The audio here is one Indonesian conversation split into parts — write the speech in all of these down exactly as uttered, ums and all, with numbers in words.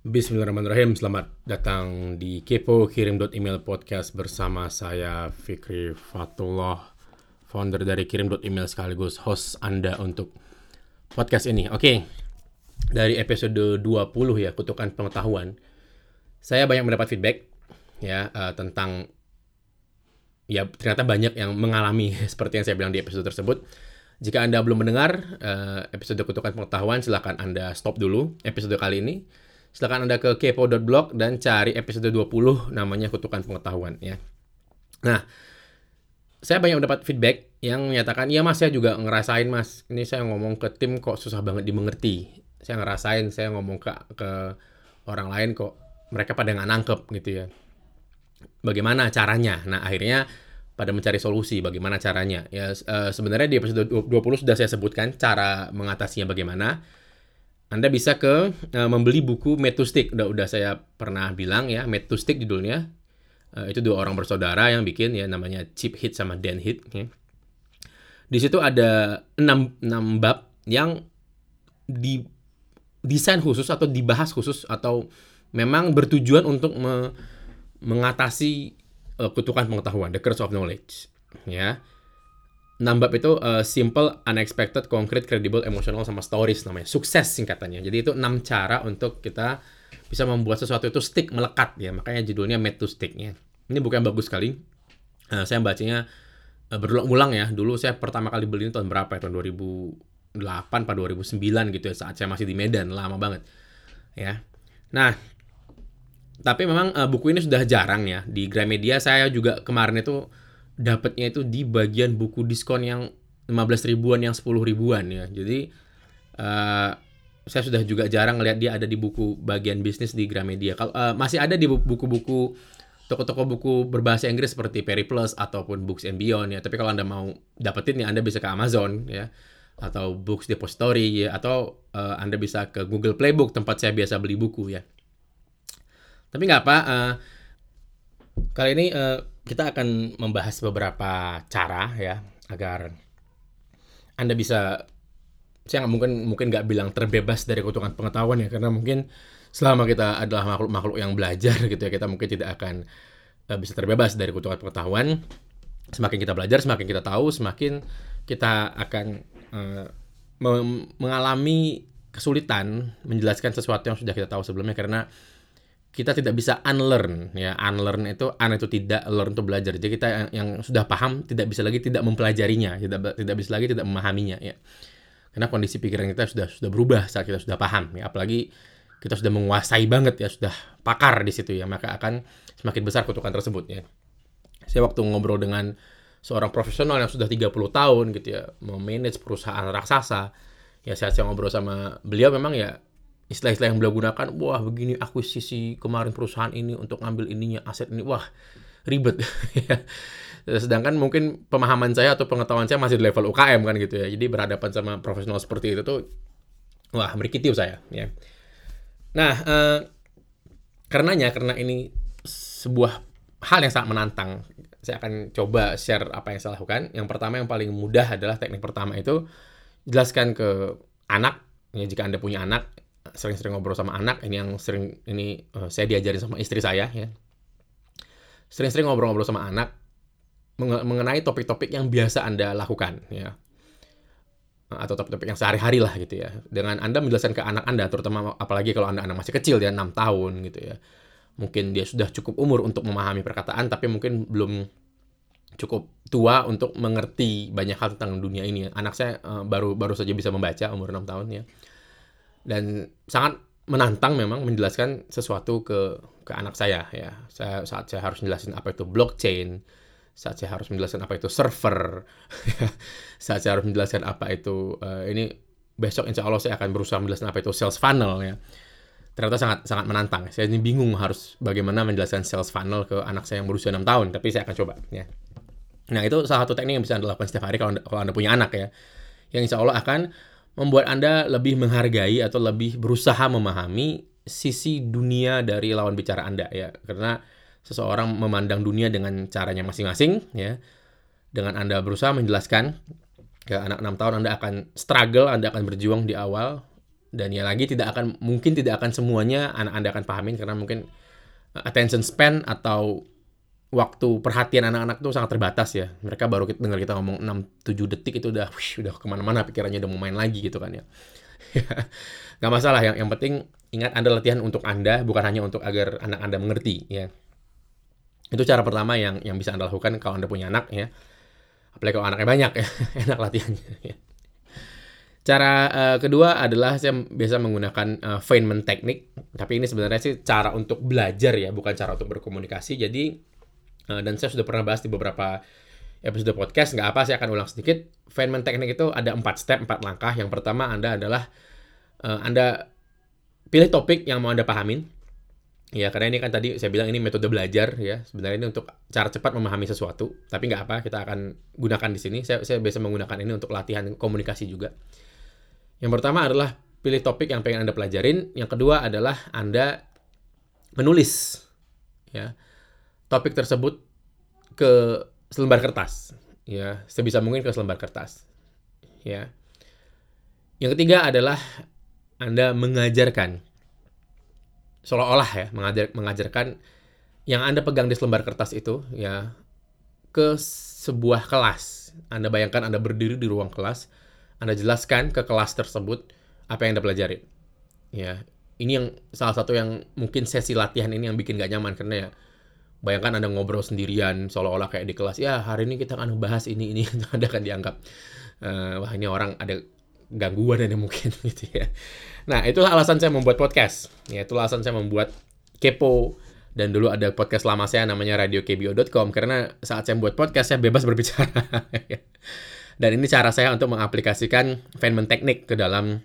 Bismillahirrahmanirrahim. Selamat datang di Kepo Kirim Email Podcast bersama saya Fikri Fatullah, founder dari Kirim Email sekaligus host Anda untuk podcast ini. Oke, dari episode dua puluh ya, Kutukan Pengetahuan, saya banyak mendapat feedback ya uh, tentang ya ternyata banyak yang mengalami seperti yang saya bilang di episode tersebut. Jika Anda belum mendengar uh, episode Kutukan Pengetahuan, silakan Anda stop dulu episode kali ini. Silakan Anda ke kepo dot blog dan cari episode dua puluh namanya Kutukan Pengetahuan ya. Nah, saya banyak mendapat feedback yang menyatakan, "Iya Mas, saya juga ngerasain Mas. Ini saya ngomong ke tim kok susah banget dimengerti. Saya ngerasain, saya ngomong ke ke orang lain kok mereka pada nggak nangkep gitu ya. Bagaimana caranya?" Nah, akhirnya pada mencari solusi bagaimana caranya. Ya uh, sebenarnya di episode dua puluh sudah saya sebutkan cara mengatasinya bagaimana. Anda bisa ke uh, membeli buku Made to Stick. Udah udah saya pernah bilang ya, Made to Stick judulnya. Uh, itu dua orang bersaudara yang bikin ya, namanya Chip Heath sama Dan Heath ya. Di situ ada enam bab yang di desain khusus atau dibahas khusus atau memang bertujuan untuk me, mengatasi uh, kutukan pengetahuan, the curse of knowledge ya. enam bab itu uh, simple, unexpected, concrete, credible, emotional, sama stories namanya. Sukses singkatannya. Jadi itu enam cara untuk kita bisa membuat sesuatu itu stick, melekat ya. Makanya judulnya Made to Stick ya. Ini buku yang bagus sekali. Uh, saya bacanya uh, berulang-ulang ya. Dulu saya pertama kali beli ini tahun berapa ya? Tahun dua ribu delapan atau dua ribu sembilan gitu ya. Saat saya masih di Medan. Lama banget. Ya. Nah, tapi memang uh, buku ini sudah jarang ya. Di Gramedia saya juga kemarin itu dapatnya itu di bagian buku diskon yang lima belas ribuan, yang sepuluh ribuan ya. Jadi uh, saya sudah juga jarang ngelihat dia ada di buku bagian bisnis di Gramedia. Kalau uh, masih ada di buku-buku toko-toko buku berbahasa Inggris seperti Periplus ataupun Books and Beyond ya. Tapi kalau Anda mau dapetin ya, Anda bisa ke Amazon ya, atau Books Depository ya, atau uh, Anda bisa ke Google Playbook tempat saya biasa beli buku ya. Tapi nggak apa. Uh, kali ini uh, kita akan membahas beberapa cara ya agar Anda bisa, saya nggak mungkin mungkin nggak bilang terbebas dari kutukan pengetahuan ya, karena mungkin selama kita adalah makhluk-makhluk yang belajar gitu ya, kita mungkin tidak akan uh, bisa terbebas dari kutukan pengetahuan. Semakin kita belajar, semakin kita tahu, semakin kita akan uh, me- mengalami kesulitan menjelaskan sesuatu yang sudah kita tahu sebelumnya, karena kita tidak bisa unlearn ya. Unlearn itu, un itu tidak, learn itu belajar. Jadi kita yang, yang sudah paham tidak bisa lagi tidak mempelajarinya, tidak tidak bisa lagi tidak memahaminya ya. Karena kondisi pikiran kita sudah sudah berubah saat kita sudah paham ya. Apalagi kita sudah menguasai banget ya, sudah pakar di situ ya, maka akan semakin besar kutukan tersebut ya. Saya waktu ngobrol dengan seorang profesional yang sudah tiga puluh tahun gitu ya, memanage perusahaan raksasa. Ya saya, saya ngobrol sama beliau, memang ya istilah-istilah yang beliau gunakan, wah begini akuisisi kemarin perusahaan ini untuk ngambil ininya, aset ini, wah ribet. Sedangkan mungkin pemahaman saya atau pengetahuan saya masih di level U K M kan gitu ya. Jadi berhadapan sama profesional seperti itu tuh, wah merikitiw saya ya. Nah, eh, karenanya, karena ini sebuah hal yang sangat menantang, saya akan coba share apa yang saya lakukan. Yang pertama, yang paling mudah adalah teknik pertama itu jelaskan ke anak ya. Jika Anda punya anak, sering-sering ngobrol sama anak, ini yang sering ini uh, saya diajarin sama istri saya ya. Sering-sering ngobrol-ngobrol sama anak menge- mengenai topik-topik yang biasa Anda lakukan ya. Atau topik-topik yang sehari-hari lah gitu ya. Dengan Anda menjelaskan ke anak Anda, terutama apalagi kalau Anda anak masih kecil ya, enam tahun gitu ya. Mungkin dia sudah cukup umur untuk memahami perkataan, tapi mungkin belum cukup tua untuk mengerti banyak hal tentang dunia ini. Anak saya uh, baru baru saja bisa membaca, umur enam tahun ya. Dan sangat menantang memang menjelaskan sesuatu ke ke anak saya ya. Saya saat saya harus menjelaskan apa itu blockchain, saat saya harus menjelaskan apa itu server, saat saya harus menjelaskan apa itu uh, ini besok insya Allah saya akan berusaha menjelaskan apa itu sales funnel ya. Ternyata sangat sangat menantang. Saya ini bingung harus bagaimana menjelaskan sales funnel ke anak saya yang berusia enam tahun, tapi saya akan coba ya. Nah, itu salah satu teknik yang bisa Anda lakukan setiap hari kalau Anda, kalau Anda punya anak ya. Yang insya Allah akan membuat Anda lebih menghargai atau lebih berusaha memahami sisi dunia dari lawan bicara Anda ya. Karena seseorang memandang dunia dengan caranya masing-masing ya. Dengan Anda berusaha menjelaskan ke anak enam tahun, Anda akan struggle, Anda akan berjuang di awal Dan ya lagi tidak akan mungkin tidak akan semuanya anak Anda akan pahamin karena mungkin attention span atau waktu perhatian anak-anak tuh sangat terbatas ya. Mereka baru kita, dengar kita ngomong enam tujuh detik itu udah wih, udah kemana-mana pikirannya, udah mau main lagi gitu kan ya. Gak masalah, yang, yang penting ingat Anda latihan untuk Anda, bukan hanya untuk agar anak Anda mengerti ya. Itu cara pertama yang yang bisa Anda lakukan kalau Anda punya anak ya. Apalagi kalau anaknya banyak ya, enak latihannya ya. Cara uh, kedua adalah saya biasa menggunakan uh, Feynman Technique, tapi ini sebenarnya sih cara untuk belajar ya, bukan cara untuk berkomunikasi. Jadi Uh, dan saya sudah pernah bahas di beberapa episode podcast, nggak apa, saya akan ulang sedikit. Feynman Technique itu ada empat step, empat langkah. Yang pertama Anda adalah, uh, Anda pilih topik yang mau Anda pahamin. Ya, karena ini kan tadi saya bilang ini metode belajar ya. Sebenarnya ini untuk cara cepat memahami sesuatu. Tapi nggak apa, kita akan gunakan di sini. Saya, saya biasa menggunakan ini untuk latihan komunikasi juga. Yang pertama adalah pilih topik yang pengen Anda pelajarin. Yang kedua adalah Anda menulis ya topik tersebut ke selembar kertas, ya, sebisa mungkin ke selembar kertas, ya. Yang ketiga adalah Anda mengajarkan, seolah-olah ya, mengajar, mengajarkan yang Anda pegang di selembar kertas itu, ya, ke sebuah kelas. Anda bayangkan Anda berdiri di ruang kelas, Anda jelaskan ke kelas tersebut apa yang Anda pelajari, ya. Ini yang salah satu yang mungkin sesi latihan ini yang bikin gak nyaman, karena ya, bayangkan Anda ngobrol sendirian, seolah-olah kayak di kelas, ya hari ini kita akan bahas ini, ini, Anda akan dianggap, uh, wah ini orang ada gangguan ada mungkin gitu ya. Nah, itulah alasan saya membuat podcast. Ya, itulah alasan saya membuat Kepo, dan dulu ada podcast lama saya namanya radio k b o dot com, karena saat saya membuat podcast, saya bebas berbicara. Dan ini cara saya untuk mengaplikasikan Feynman Technique ke dalam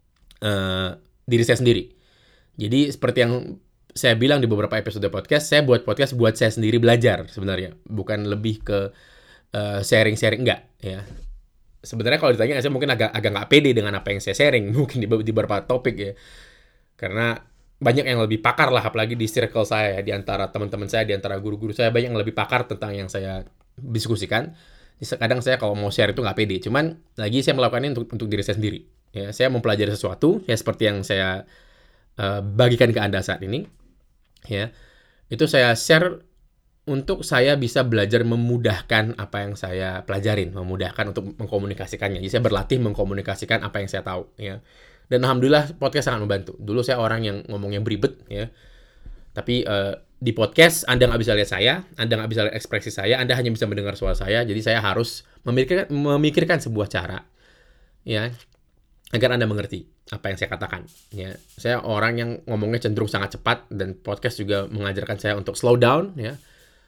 uh, diri saya sendiri. Jadi, seperti yang saya bilang di beberapa episode podcast, saya buat podcast buat saya sendiri belajar sebenarnya, bukan lebih ke uh, sharing-sharing, enggak ya. Sebenarnya kalau ditanya, saya mungkin agak agak nggak pede dengan apa yang saya sharing mungkin di, di beberapa topik ya, karena banyak yang lebih pakar lah, apalagi di circle saya, di antara teman-teman saya, di antara guru-guru saya, banyak yang lebih pakar tentang yang saya diskusikan. Kadang saya kalau mau share itu nggak pede, cuman lagi saya melakukan ini untuk untuk diri saya sendiri ya. Saya mempelajari sesuatu ya, seperti yang saya uh, bagikan ke Anda saat ini. Ya, itu saya share untuk saya bisa belajar memudahkan apa yang saya pelajarin, memudahkan untuk mengkomunikasikannya. Jadi saya berlatih mengkomunikasikan apa yang saya tahu, ya. Dan alhamdulillah podcast sangat membantu. Dulu saya orang yang ngomongnya beribet, ya. Tapi uh, di podcast Anda nggak bisa lihat saya, Anda nggak bisa lihat ekspresi saya, Anda hanya bisa mendengar suara saya. Jadi saya harus memikirkan, memikirkan sebuah cara, ya, agar Anda mengerti apa yang saya katakan. Ya, saya orang yang ngomongnya cenderung sangat cepat, dan podcast juga mengajarkan saya untuk slow down, ya,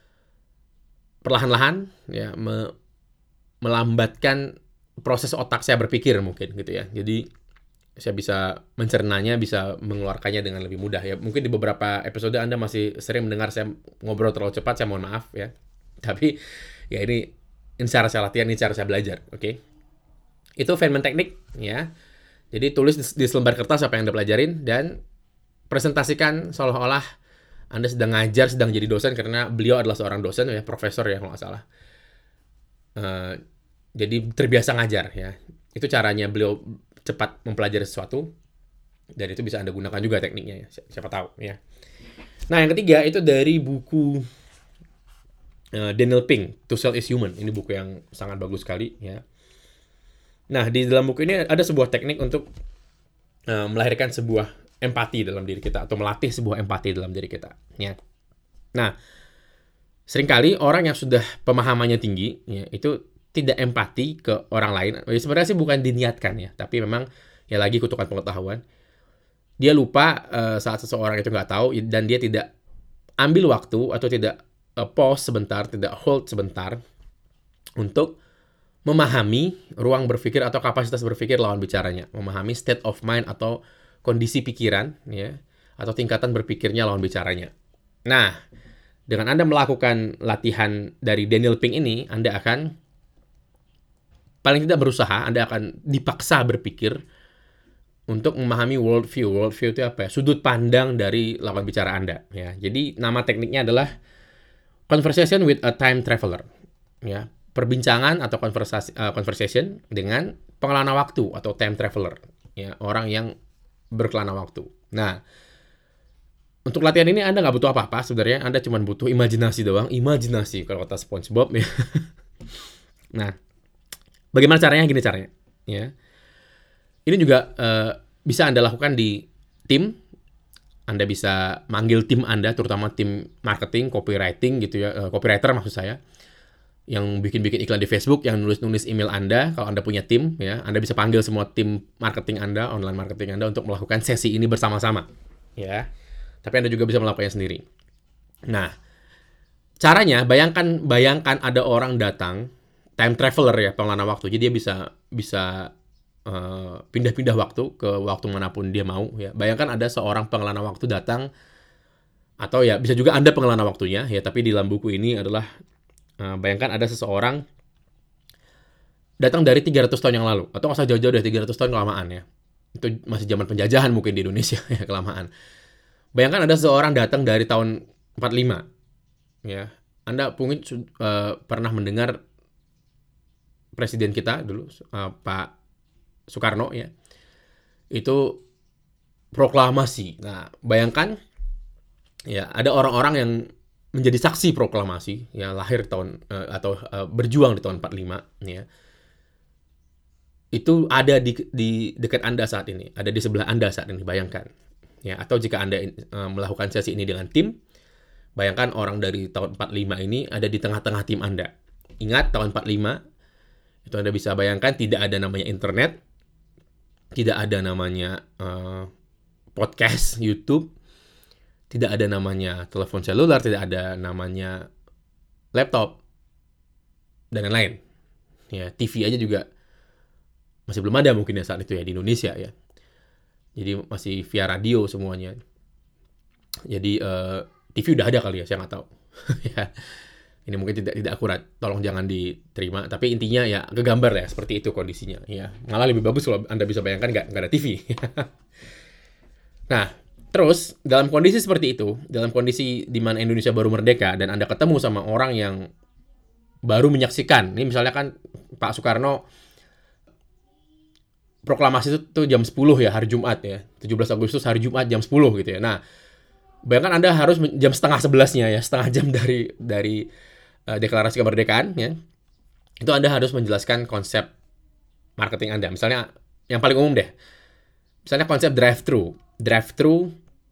perlahan-lahan, ya, me- melambatkan proses otak saya berpikir mungkin gitu ya. Jadi saya bisa mencernanya, bisa mengeluarkannya dengan lebih mudah ya. Mungkin di beberapa episode Anda masih sering mendengar saya ngobrol terlalu cepat, saya mohon maaf ya. Tapi ya ini ini cara saya latihan, ini cara saya belajar, oke? Okay? Itu Feynman Technique ya. Jadi tulis di selembar kertas apa yang Anda pelajarin, dan presentasikan seolah-olah Anda sedang ngajar, sedang jadi dosen, karena beliau adalah seorang dosen ya, profesor ya kalau nggak salah. Uh, jadi terbiasa ngajar ya. Itu caranya beliau cepat mempelajari sesuatu, dan itu bisa Anda gunakan juga tekniknya ya, siapa tahu ya. Nah, yang ketiga itu dari buku uh, Daniel Pink, To Sell is Human. Ini buku yang sangat bagus sekali ya. Nah, di dalam buku ini ada sebuah teknik untuk uh, melahirkan sebuah empati dalam diri kita, atau melatih sebuah empati dalam diri kita. Ya. Nah, seringkali orang yang sudah pemahamannya tinggi, ya, itu tidak empati ke orang lain. Sebenarnya sih bukan diniatkan ya, tapi memang ya lagi kutukan pengetahuan. Dia lupa uh, saat seseorang itu nggak tahu, dan dia tidak ambil waktu atau tidak uh, pause sebentar, tidak hold sebentar untuk memahami ruang berpikir atau kapasitas berpikir lawan bicaranya, memahami state of mind atau kondisi pikiran, ya, atau tingkatan berpikirnya lawan bicaranya. Nah, dengan Anda melakukan latihan dari Daniel Pink ini, Anda akan paling tidak berusaha, Anda akan dipaksa berpikir untuk memahami worldview. Worldview itu apa ya? Sudut pandang dari lawan bicara Anda. Ya, jadi nama tekniknya adalah conversation with a time traveler. Ya. Perbincangan atau konversasi uh, conversation dengan pengelana waktu atau time traveler, ya, orang yang berkelana waktu. Nah, untuk latihan ini Anda nggak butuh apa-apa sebenarnya. Anda cuma butuh imajinasi doang. Imajinasi kalau kata SpongeBob ya. Nah, bagaimana caranya? Gini caranya. Ya. Ini juga uh, bisa Anda lakukan di tim. Anda bisa manggil tim Anda, terutama tim marketing, copywriting gitu ya. Uh, copywriter maksud saya. Yang bikin-bikin iklan di Facebook, yang nulis-nulis email Anda. Kalau Anda punya tim, ya, Anda bisa panggil semua tim marketing Anda, online marketing Anda untuk melakukan sesi ini bersama-sama. Ya. Tapi Anda juga bisa melakukannya sendiri. Nah, caranya bayangkan bayangkan ada orang datang, time traveler ya, pengelana waktu. Jadi dia bisa bisa uh, pindah-pindah waktu ke waktu manapun dia mau ya. Bayangkan ada seorang pengelana waktu datang, atau ya bisa juga Anda pengelana waktunya ya, tapi di dalam buku ini adalah uh, bayangkan ada seseorang datang dari tiga ratus tahun yang lalu, atau nggak usah jauh-jauh dari tiga ratus tahun kelamaan ya. Itu masih zaman penjajahan mungkin di Indonesia ya, kelamaan. Bayangkan ada seorang datang dari tahun empat puluh lima, ya. Anda mungkin uh, pernah mendengar presiden kita dulu, uh, Pak Soekarno, ya. Itu proklamasi. Nah, bayangkan, ya, ada orang-orang yang menjadi saksi proklamasi, ya, lahir tahun uh, atau uh, berjuang di tahun empat puluh lima, ya. Itu ada di, di dekat Anda saat ini, ada di sebelah Anda saat ini, bayangkan. Ya, atau jika Anda uh, melakukan sesi ini dengan tim, bayangkan orang dari tahun empat puluh lima ini ada di tengah-tengah tim Anda. Ingat, tahun empat puluh lima, itu Anda bisa bayangkan tidak ada namanya internet, tidak ada namanya uh, podcast, YouTube, tidak ada namanya telepon seluler, tidak ada namanya laptop, dan lain-lain. Ya, T V aja juga masih belum ada mungkin ya saat itu ya di Indonesia ya. Jadi masih via radio semuanya. Jadi uh, T V udah ada kali ya, saya nggak tahu. Ya, ini mungkin tidak tidak akurat. Tolong jangan diterima. Tapi intinya ya kegambar ya seperti itu kondisinya. Ya, malah lebih bagus kalau Anda bisa bayangkan nggak nggak ada T V. Nah, terus dalam kondisi seperti itu, dalam kondisi di mana Indonesia baru merdeka dan Anda ketemu sama orang yang baru menyaksikan. Ini misalnya kan Pak Soekarno proklamasi itu tuh jam sepuluh ya, hari Jumat ya. tujuh belas Agustus hari Jumat jam sepuluh gitu ya. Nah, bayangkan Anda harus jam setengah sebelasnya ya, setengah jam dari dari uh, deklarasi kemerdekaan ya. Itu Anda harus menjelaskan konsep marketing Anda. Misalnya yang paling umum deh. Misalnya konsep drive-thru. Drive-thru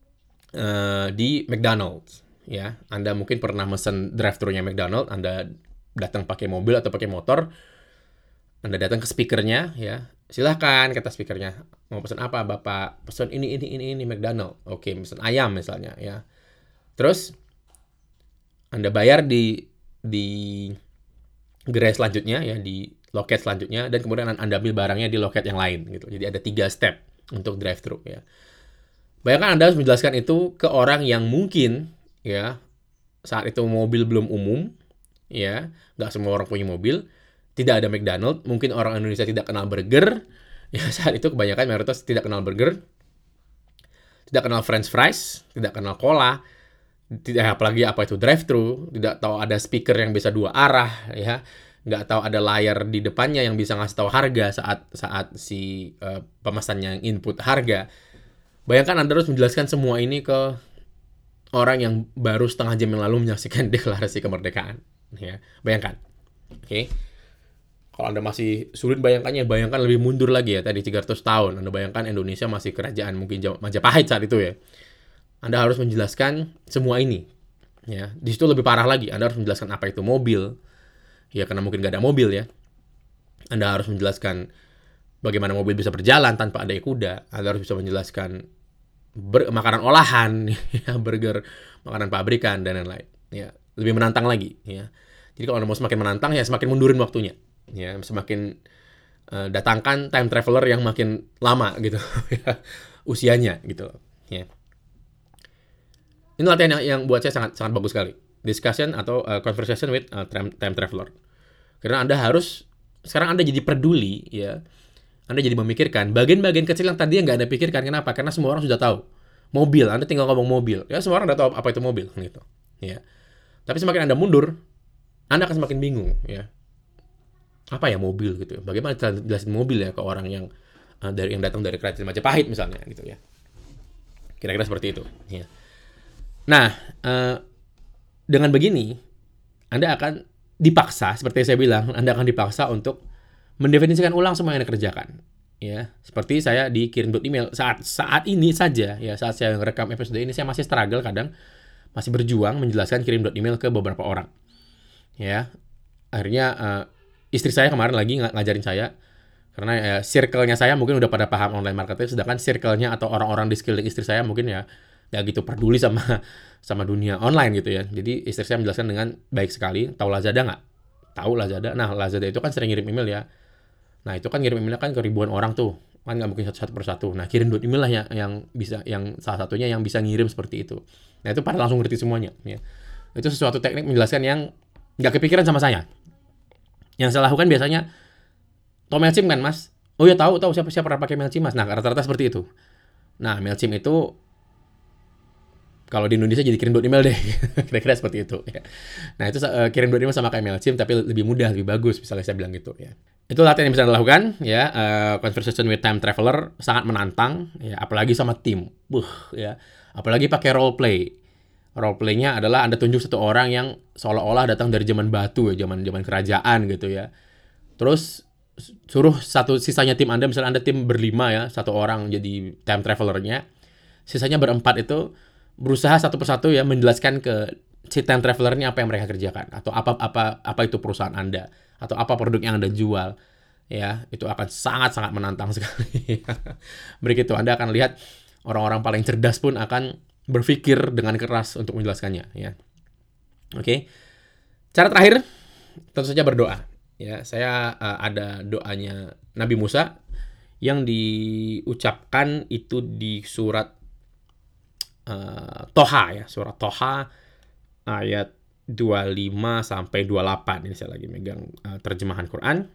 uh, di McDonald's ya. Anda mungkin pernah mesen drive-thru-nya McDonald's, Anda datang pakai mobil atau pakai motor. Anda datang ke speakernya ya. Silahkan, kata speakernya, mau pesan apa Bapak? Pesan ini, ini, ini, ini, McDonald. Oke, pesan ayam misalnya, ya. Terus, Anda bayar di di gerai selanjutnya, ya, di loket selanjutnya, dan kemudian Anda ambil barangnya di loket yang lain, gitu. Jadi ada tiga step untuk drive-thru, ya. Bayangkan Anda harus menjelaskan itu ke orang yang mungkin, ya, saat itu mobil belum umum, ya, nggak semua orang punya mobil, tidak ada McDonald, mungkin orang Indonesia tidak kenal burger, ya saat itu kebanyakan mayoritas tidak kenal burger, tidak kenal French fries, tidak kenal cola, tidak apalagi apa itu drive-thru, tidak tahu ada speaker yang bisa dua arah, ya, nggak tahu ada layar di depannya yang bisa ngasih tahu harga saat saat si uh, pemesan yang input harga. Bayangkan Anda harus menjelaskan semua ini ke orang yang baru setengah jam yang lalu menyaksikan deklarasi kemerdekaan, ya, bayangkan, oke. Okay? Kalau Anda masih sulit bayangkannya, bayangkan lebih mundur lagi ya, tadi tiga ratus tahun. Anda bayangkan Indonesia masih kerajaan mungkin Majapahit saat itu ya. Anda harus menjelaskan semua ini. Ya, di situ lebih parah lagi. Anda harus menjelaskan apa itu mobil. Ya, karena mungkin nggak ada mobil ya. Anda harus menjelaskan bagaimana mobil bisa berjalan tanpa ada kuda. Anda harus bisa menjelaskan ber- makanan olahan, ya, burger, makanan pabrikan, dan lain-lain. Ya, lebih menantang lagi. Ya. Jadi kalau Anda mau semakin menantang, ya semakin mundurin waktunya. Ya, semakin uh, datangkan time traveler yang makin lama gitu ya, usianya gitu ya. Ini latihan yang, yang buat saya sangat sangat bagus sekali. Discussion atau uh, conversation with uh, time, time traveler. Karena Anda harus sekarang Anda jadi peduli ya. Anda jadi memikirkan bagian-bagian kecil yang tadi nggak Anda pikirkan. Kenapa? Karena semua orang sudah tahu. Mobil, Anda tinggal ngomong mobil. Ya, semua orang udah tahu apa itu mobil gitu. Ya. Tapi semakin Anda mundur, Anda akan semakin bingung ya. Apa ya mobil gitu. Bagaimana jelasin mobil ya ke orang yang uh, dari yang datang dari kerajaan Majapahit misalnya gitu ya. Kira-kira seperti itu. Ya. Nah, uh, dengan begini, Anda akan dipaksa, seperti saya bilang, Anda akan dipaksa untuk mendefinisikan ulang semua yang Anda kerjakan. Ya, seperti saya di kirim.email saat saat ini saja, ya saat saya merekam episode ini, saya masih struggle kadang, masih berjuang menjelaskan kirim.email ke beberapa orang. Ya, akhirnya uh, istri saya kemarin lagi ng- ngajarin saya, karena ya, circle-nya saya mungkin udah pada paham online marketing, sedangkan circle-nya atau orang-orang di sekeliling istri saya mungkin ya ya gitu peduli sama sama dunia online gitu ya. Jadi istri saya menjelaskan dengan baik sekali. Tahu Lazada nggak? Tahu Lazada. Nah, Lazada itu kan sering ngirim email ya. Nah, itu kan ngirim email kan ke ribuan orang tuh. Kan nggak mungkin satu-satu persatu. Nah, kirim.email lah yang, yang bisa, yang salah satunya yang bisa ngirim seperti itu. Nah, itu pada langsung ngerti semuanya. Ya. Itu sesuatu teknik menjelaskan yang nggak kepikiran sama saya. Yang saya lakukan biasanya, tau MailChimp kan, Mas? Oh ya tahu, tahu siapa siapa pernah pakai MailChimp, Mas. Nah, rata-rata seperti itu. Nah, MailChimp itu kalau di Indonesia jadi kirim.email deh, kira-kira seperti itu. Ya. Nah itu uh, kirim.email sama kayak MailChimp, tapi lebih mudah, lebih bagus, misalnya saya bilang gitu. Ya. Itu latihan yang bisa Anda lakukan, ya. Uh, conversation with time traveler sangat menantang, ya. Apalagi sama tim, buh, ya. Apalagi pakai role play. Role play-nya adalah Anda tunjuk satu orang yang seolah-olah datang dari zaman batu, ya, zaman zaman kerajaan gitu ya. Terus suruh satu sisanya tim Anda, misalnya Anda tim berlima ya, satu orang jadi time traveler-nya, sisanya berempat itu berusaha satu persatu ya menjelaskan ke si time traveler ini apa yang mereka kerjakan atau apa apa apa itu perusahaan Anda atau apa produk yang Anda jual, ya itu akan sangat-sangat menantang sekali. Begitu Anda akan lihat orang-orang paling cerdas pun akan berpikir dengan keras untuk menjelaskannya, ya. Oke. Cara terakhir tentu saja berdoa, ya. Saya uh, ada doanya Nabi Musa yang diucapkan itu di surat Uh, Toha ya, surat Toha ayat dua puluh lima sampai dua puluh delapan. Ini saya lagi megang uh, terjemahan Quran.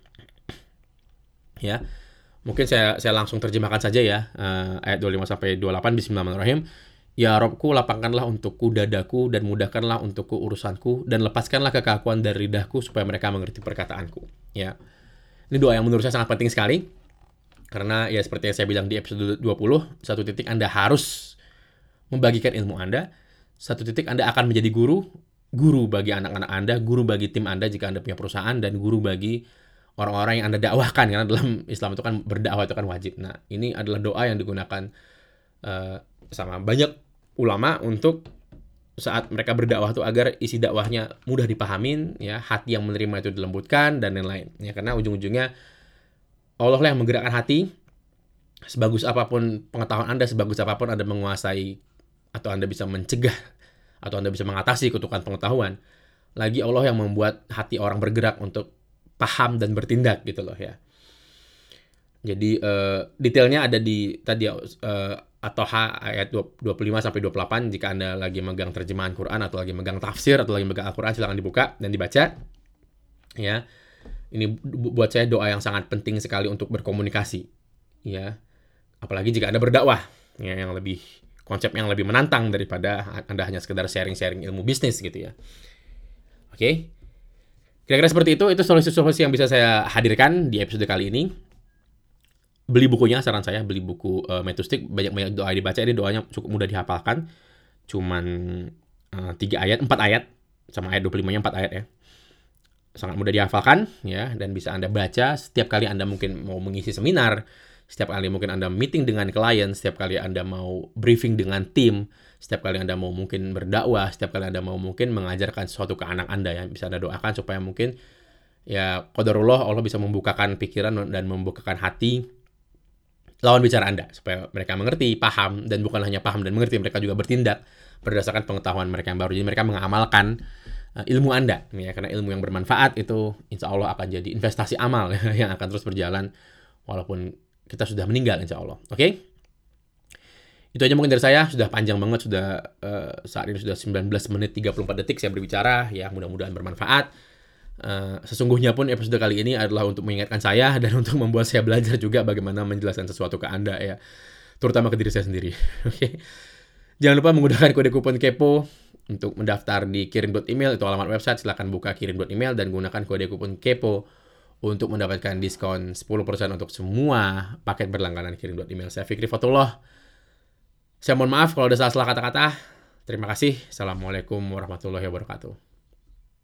Ya. Mungkin saya saya langsung terjemahkan saja ya, uh, ayat dua puluh lima sampai dua puluh delapan. Bismillahirrahmanirrahim. Ya Robku, lapangkanlah untukku dadaku dan mudahkanlah untukku urusanku dan lepaskanlah kekakuan dari lidahku supaya mereka mengerti perkataanku. Ya. Ini doa yang menurut saya sangat penting sekali. Karena ya seperti yang saya bilang di episode dua puluh, satu titik Anda harus membagikan ilmu Anda, satu titik Anda akan menjadi guru, guru bagi anak-anak Anda, guru bagi tim Anda jika Anda punya perusahaan, dan guru bagi orang-orang yang Anda dakwahkan, karena dalam Islam itu kan berdakwah itu kan wajib. Nah, ini adalah doa yang digunakan uh, sama banyak ulama untuk saat mereka berdakwah itu agar isi dakwahnya mudah dipahamin, ya, hati yang menerima itu dilembutkan, dan lain-lain. Ya, karena ujung-ujungnya Allah lah yang menggerakkan hati. Sebagus apapun pengetahuan Anda, sebagus apapun Anda menguasai atau Anda bisa mencegah atau Anda bisa mengatasi kutukan pengetahuan, lagi Allah yang membuat hati orang bergerak untuk paham dan bertindak gitu loh ya. Jadi uh, detailnya ada di tadi uh, At-Toha ayat dua puluh lima sampai dua puluh delapan. Jika Anda lagi megang terjemahan Quran atau lagi megang tafsir atau lagi megang Al-Quran, silakan dibuka dan dibaca. Ya. Ini buat saya doa yang sangat penting sekali untuk berkomunikasi. Ya. Apalagi jika Anda berdakwah, ya, yang lebih konsep yang lebih menantang daripada Anda hanya sekedar sharing-sharing ilmu bisnis gitu ya. Oke. Kira-kira seperti itu, itu solusi-solusi yang bisa saya hadirkan di episode kali ini. Beli bukunya, saran saya, beli buku uh, Metustic, banyak-banyak doa dibaca, ini doanya cukup mudah dihafalkan. Cuman uh, tiga ayat, empat ayat, sama ayat dua puluh lima-nya empat ayat ya. Sangat mudah dihafalkan, ya, dan bisa Anda baca setiap kali Anda mungkin mau mengisi seminar, setiap kali mungkin Anda meeting dengan klien, setiap kali Anda mau briefing dengan tim, setiap kali Anda mau mungkin berdakwah, setiap kali Anda mau mungkin mengajarkan sesuatu ke anak Anda, ya, bisa Anda doakan supaya mungkin ya qadarullah Allah bisa membukakan pikiran dan membukakan hati lawan bicara Anda supaya mereka mengerti, paham, dan bukan hanya paham dan mengerti, mereka juga bertindak berdasarkan pengetahuan mereka yang baru. Jadi mereka mengamalkan uh, ilmu Anda, ya, karena ilmu yang bermanfaat itu insya Allah akan jadi investasi amal ya, yang akan terus berjalan walaupun kita sudah meninggal insya Allah. Oke? Okay? Itu aja mungkin dari saya. Sudah panjang banget. Sudah uh, saat ini sudah sembilan belas menit tiga puluh empat detik saya berbicara. Ya, mudah-mudahan bermanfaat. Uh, sesungguhnya pun episode kali ini adalah untuk mengingatkan saya dan untuk membuat saya belajar juga bagaimana menjelaskan sesuatu ke Anda ya. Terutama ke diri saya sendiri. Oke? Okay? Jangan lupa menggunakan kode kupon Kepo untuk mendaftar di kirim dot email. Itu alamat website. Silakan buka kirim dot email dan gunakan kode kupon Kepo untuk mendapatkan diskon sepuluh persen untuk semua paket berlangganan kirim dot email. Saya Fikri Fatullah. Saya mohon maaf kalau ada salah-salah kata-kata. Terima kasih. Assalamualaikum warahmatullahi wabarakatuh.